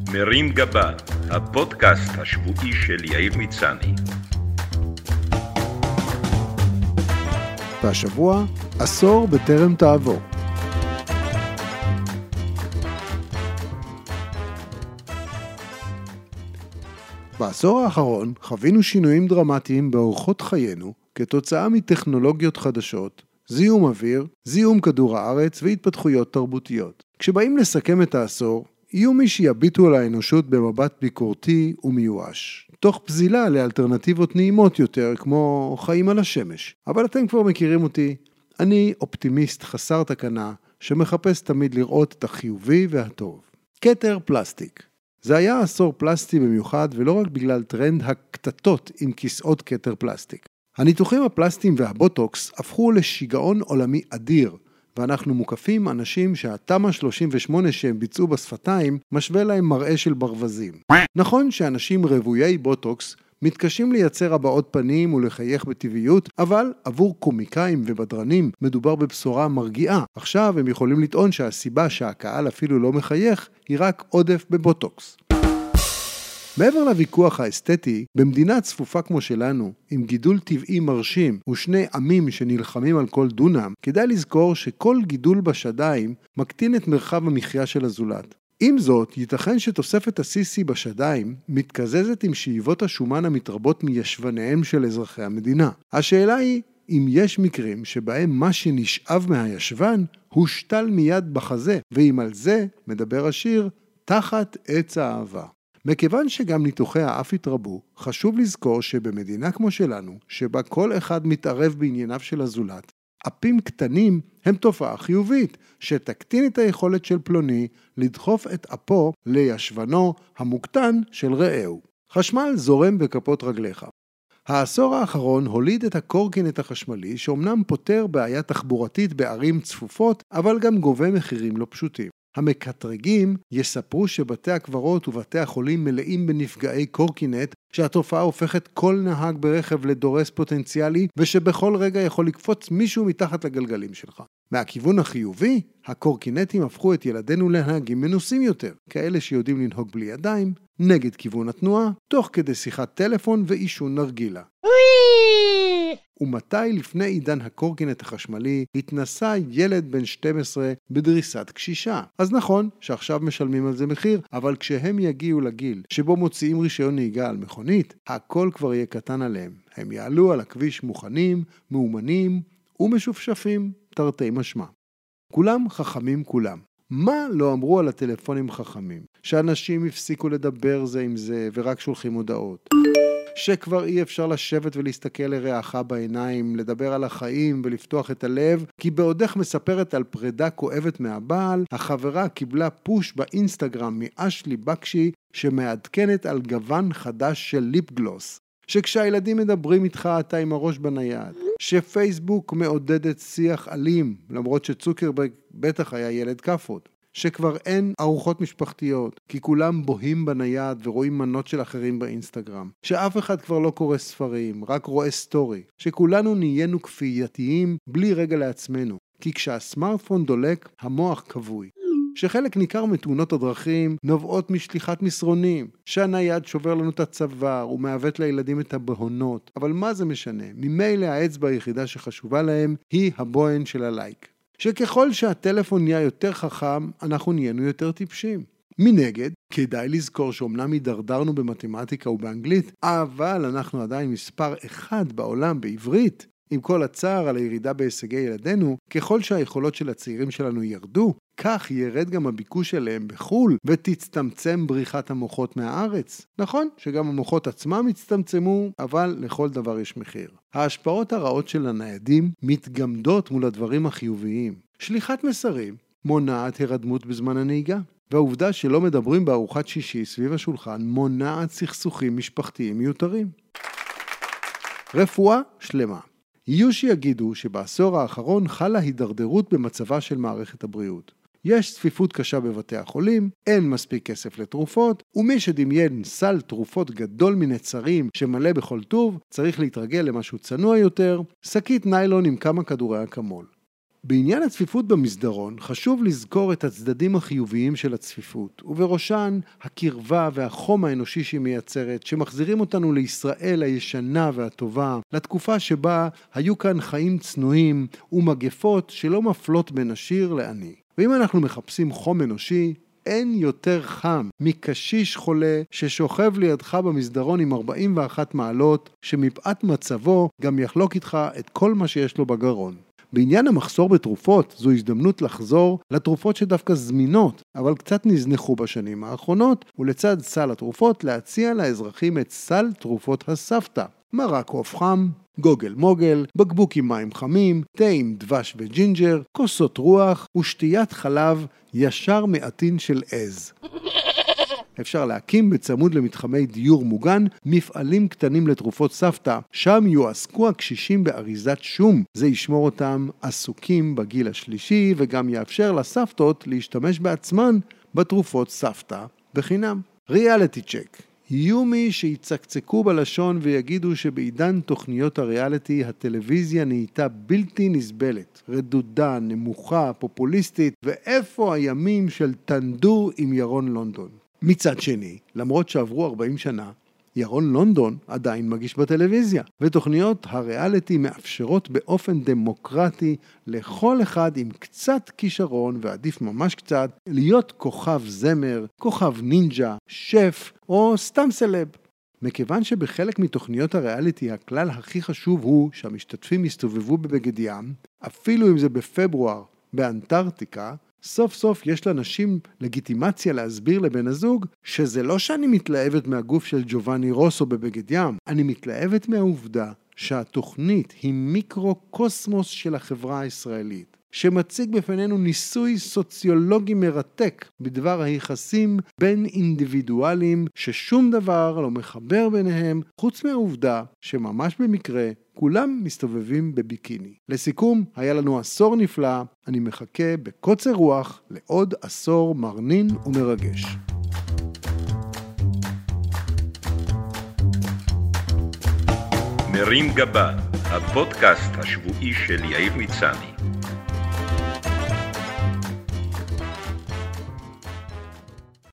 מרים גבה, הפודקאסט השבועי של יאיר מצני. והשבוע, עשור בטרם תעבור. בעשור האחרון חווינו שינויים דרמטיים באורחות חיינו כתוצאה מטכנולוגיות חדשות, זיהום אוויר, זיהום כדור הארץ והתפתחויות תרבותיות. כשבאים לסכם את העשור, יהיו מי שיביטו על האנושות במבט ביקורתי ומיואש, תוך פזילה לאלטרנטיבות נעימות יותר כמו חיים על השמש. אבל אתם כבר מכירים אותי, אני אופטימיסט חסר תקנה שמחפש תמיד לראות את החיובי והטוב. כתר פלסטיק. זה היה עשור פלסטי במיוחד ולא רק בגלל טרנד הקטטות עם כיסאות כתר פלסטיק. הניתוחים הפלסטיים והבוטוקס הפכו לשיגעון עולמי אדיר, ואנחנו מוקפים אנשים שהתמה 38 שהם ביצעו בשפתיים משווה להם מראה של ברווזים. נכון שאנשים רבויי בוטוקס מתקשים לייצר הבעות פנים ולחייך בטבעיות, אבל עבור קומיקאים ובדרנים מדובר בבשורה מרגיעה. עכשיו הם יכולים לטעון שהסיבה שהקהל אפילו לא מחייך היא רק עודף בבוטוקס. מעבר לוויכוח האסתטי, במדינה צפופה כמו שלנו, עם גידול טבעי מרשים ושני עמים שנלחמים על כל דונם, כדאי לזכור שכל גידול בשדיים מקטין את מרחב המחיה של הזולת. עם זאת, ייתכן שתוספת הסיסי בשדיים מתקזזת עם שאיבות השומן המתרבות מישבניהם של אזרחי המדינה. השאלה היא, אם יש מקרים שבהם מה שנשאב מהישבן הושתל מיד בחזה, ואם על זה מדבר השיר תחת עץ האהבה. מכיוון שגם ניתוחי האף התרבו, חשוב לזכור שבמדינה כמו שלנו, שבה כל אחד מתערב בענייניו של הזולת, אפים קטנים הם תופעה חיובית, שתקטין את היכולת של פלוני לדחוף את אפו לישבנו המוקטן של רעהו. חשמל זורם בכפות רגליך. העשור האחרון הוליד את הקורקינט החשמלי, שאומנם פותר בעיה תחבורתית בערים צפופות, אבל גם גובה מחירים לא פשוטים. המקטרגים יספרו שבתי הקברות ובתי החולים מלאים בנפגעי קורקינט, שהתופעה הופכת כל נהג ברכב לדורס פוטנציאלי, ושבכל רגע יכול לקפוץ מישהו מתחת לגלגלים שלך. מהכיוון החיובי, הקורקינטים הפכו את ילדינו לנהגים מנוסים יותר, כאלה שיודעים לנהוג בלי ידיים, נגד כיוון התנועה, תוך כדי שיחת טלפון ואישון נרגילה. ומתי לפני עידן הקורקינט החשמלי התנסה ילד בן 12 בדריסת קשישה? אז נכון שעכשיו משלמים על זה מחיר, אבל כשהם יגיעו לגיל שבו מוציאים רישיון נהיגה על מכונית, הכל כבר יהיה קטן עליהם. הם יעלו על הכביש מוכנים, מאומנים ומשופשפים, תרתי משמע. כולם חכמים כולם. מה לא אמרו על הטלפונים חכמים? שאנשים הפסיקו לדבר זה עם זה ורק שולחים הודעות. שכבר אי אפשר לשבת ולהסתכל לרעך בעיניים, לדבר על החיים ולפתוח את הלב, כי בעודך מספרת על פרידה כואבת מהבעל, החברה קיבלה פוש באינסטגרם מאשלי בקשי שמעדכנת על גוון חדש של ליפ גלוס. שכשהילדים מדברים איתך אתה עם הראש בנייד. שפייסבוק מעודדת שיח אלים, למרות שצוקרברג בטח היה ילד כפות. שכבר אין ארוחות משפחתיות, כי כולם בוהים בנייד ורואים מנות של אחרים באינסטגרם. שאף אחד כבר לא קורא ספרים, רק רואה סטורי. שכולנו נהיינו כפייתיים בלי רגע לעצמנו, כי כשהסמארטפון דולק, המוח כבוי. שחלק ניכר מתאונות הדרכים נובעות משליחת מסרונים, שהנייד שובר לנו את הצוואר ומעוות לילדים את הבהונות. אבל מה זה משנה? ממילא האצבע היחידה שחשובה להם היא הבוהן של הלייק. שככל שהטלפון נהיה יותר חכם, אנחנו נהיינו יותר טיפשים. מנגד, כדאי לזכור שאומנם הידרדרנו במתמטיקה ובאנגלית, אבל אנחנו עדיין מספר אחד בעולם בעברית. עם כל הצער על הירידה בהישגי ילדינו, ככל שהיכולות של הצעירים שלנו ירדו, כך ירד גם הביקוש אליהם בחול, ותצטמצם בריחת המוחות מהארץ. נכון שגם המוחות עצמם הצטמצמו, אבל לכל דבר יש מחיר. ההשפעות הרעות של הניידים מתגמדות מול הדברים החיוביים. שליחת מסרים מונעת הרדמות בזמן הנהיגה, והעובדה שלא מדברים בארוחת שישי סביב השולחן מונעת סכסוכים משפחתיים מיותרים. רפואה שלמה. יהיו שיגידו שבעשור האחרון חלה הידרדרות במצבה של מערכת הבריאות. יש צפיפות קשה בבתי החולים, אין מספיק כסף לתרופות, ומי שדמיין סל תרופות גדול מנצרים שמלא בכל טוב, צריך להתרגל למשהו צנוע יותר, שקית ניילון עם כמה כדורי אקמול. בעניין הצפיפות במסדרון, חשוב לזכור את הצדדים החיוביים של הצפיפות, ובראשן הקרבה והחום האנושי שהיא מייצרת, שמחזירים אותנו לישראל הישנה והטובה, לתקופה שבה היו כאן חיים צנועים ומגפות שלא מפלות בין עשיר לעני. ואם אנחנו מחפשים חום אנושי, אין יותר חם מקשיש חולה ששוכב לידך במסדרון עם 41 מעלות, שמפאת מצבו גם יחלוק איתך את כל מה שיש לו בגרון. בעניין המחסור בתרופות, זו הזדמנות לחזור לתרופות שדווקא זמינות, אבל קצת נזנחו בשנים האחרונות, ולצד סל התרופות להציע לאזרחים את סל תרופות הסבתא. מרק עוף חם, גוגל מוגל, בקבוק עם מים חמים, תה עם דבש וג'ינג'ר, כוסות רוח ושתיית חלב ישר מעטין של עז. אפשר להקים בצמוד למתחמי דיור מוגן מפעלים קטנים לתרופות סבתא, שם יועסקו הקשישים באריזת שום. זה ישמור אותם עסוקים בגיל השלישי וגם יאפשר לסבתות להשתמש בעצמן בתרופות סבתא בחינם. ריאליטי צ'ק. יהיו מי שיצקצקו בלשון ויגידו שבעידן תוכניות הריאליטי הטלוויזיה נהייתה בלתי נסבלת, רדודה, נמוכה, פופוליסטית, ואיפה הימים של טנדור עם ירון לונדון. מצד שני, למרות שעברו 40 שנה, ירון לונדון עדיין מגיש בטלוויזיה, ותוכניות הריאליטי מאפשרות באופן דמוקרטי לכל אחד עם קצת כישרון, ועדיף ממש קצת, להיות כוכב זמר, כוכב נינג'ה, שף או סתם סלב. מכיוון שבחלק מתוכניות הריאליטי הכלל הכי חשוב הוא שהמשתתפים יסתובבו בבגד ים, אפילו אם זה בפברואר באנטארקטיקה, סוף סוף יש לאנשים לגיטימציה להסביר לבן הזוג שזה לא שאני מתלהבת מהגוף של ג'ובאני רוסו בבגד ים, אני מתלהבת מהעובדה שהתוכנית היא מיקרו-קוסמוס של החברה הישראלית, שמציג בפנינו ניסוי סוציולוגי מרתק בדבר היחסים בין אינדיבידואלים ששום דבר לא מחבר ביניהם, חוץ מהעובדה שממש במקרה כולם מסתובבים בביקיני. לסיכום, היה לנו עשור נפלא, אני מחכה בקוצר רוח לעוד עשור מרנין ומרגש. מרים גבה, הפודקאסט השבועי של יאיר מצני.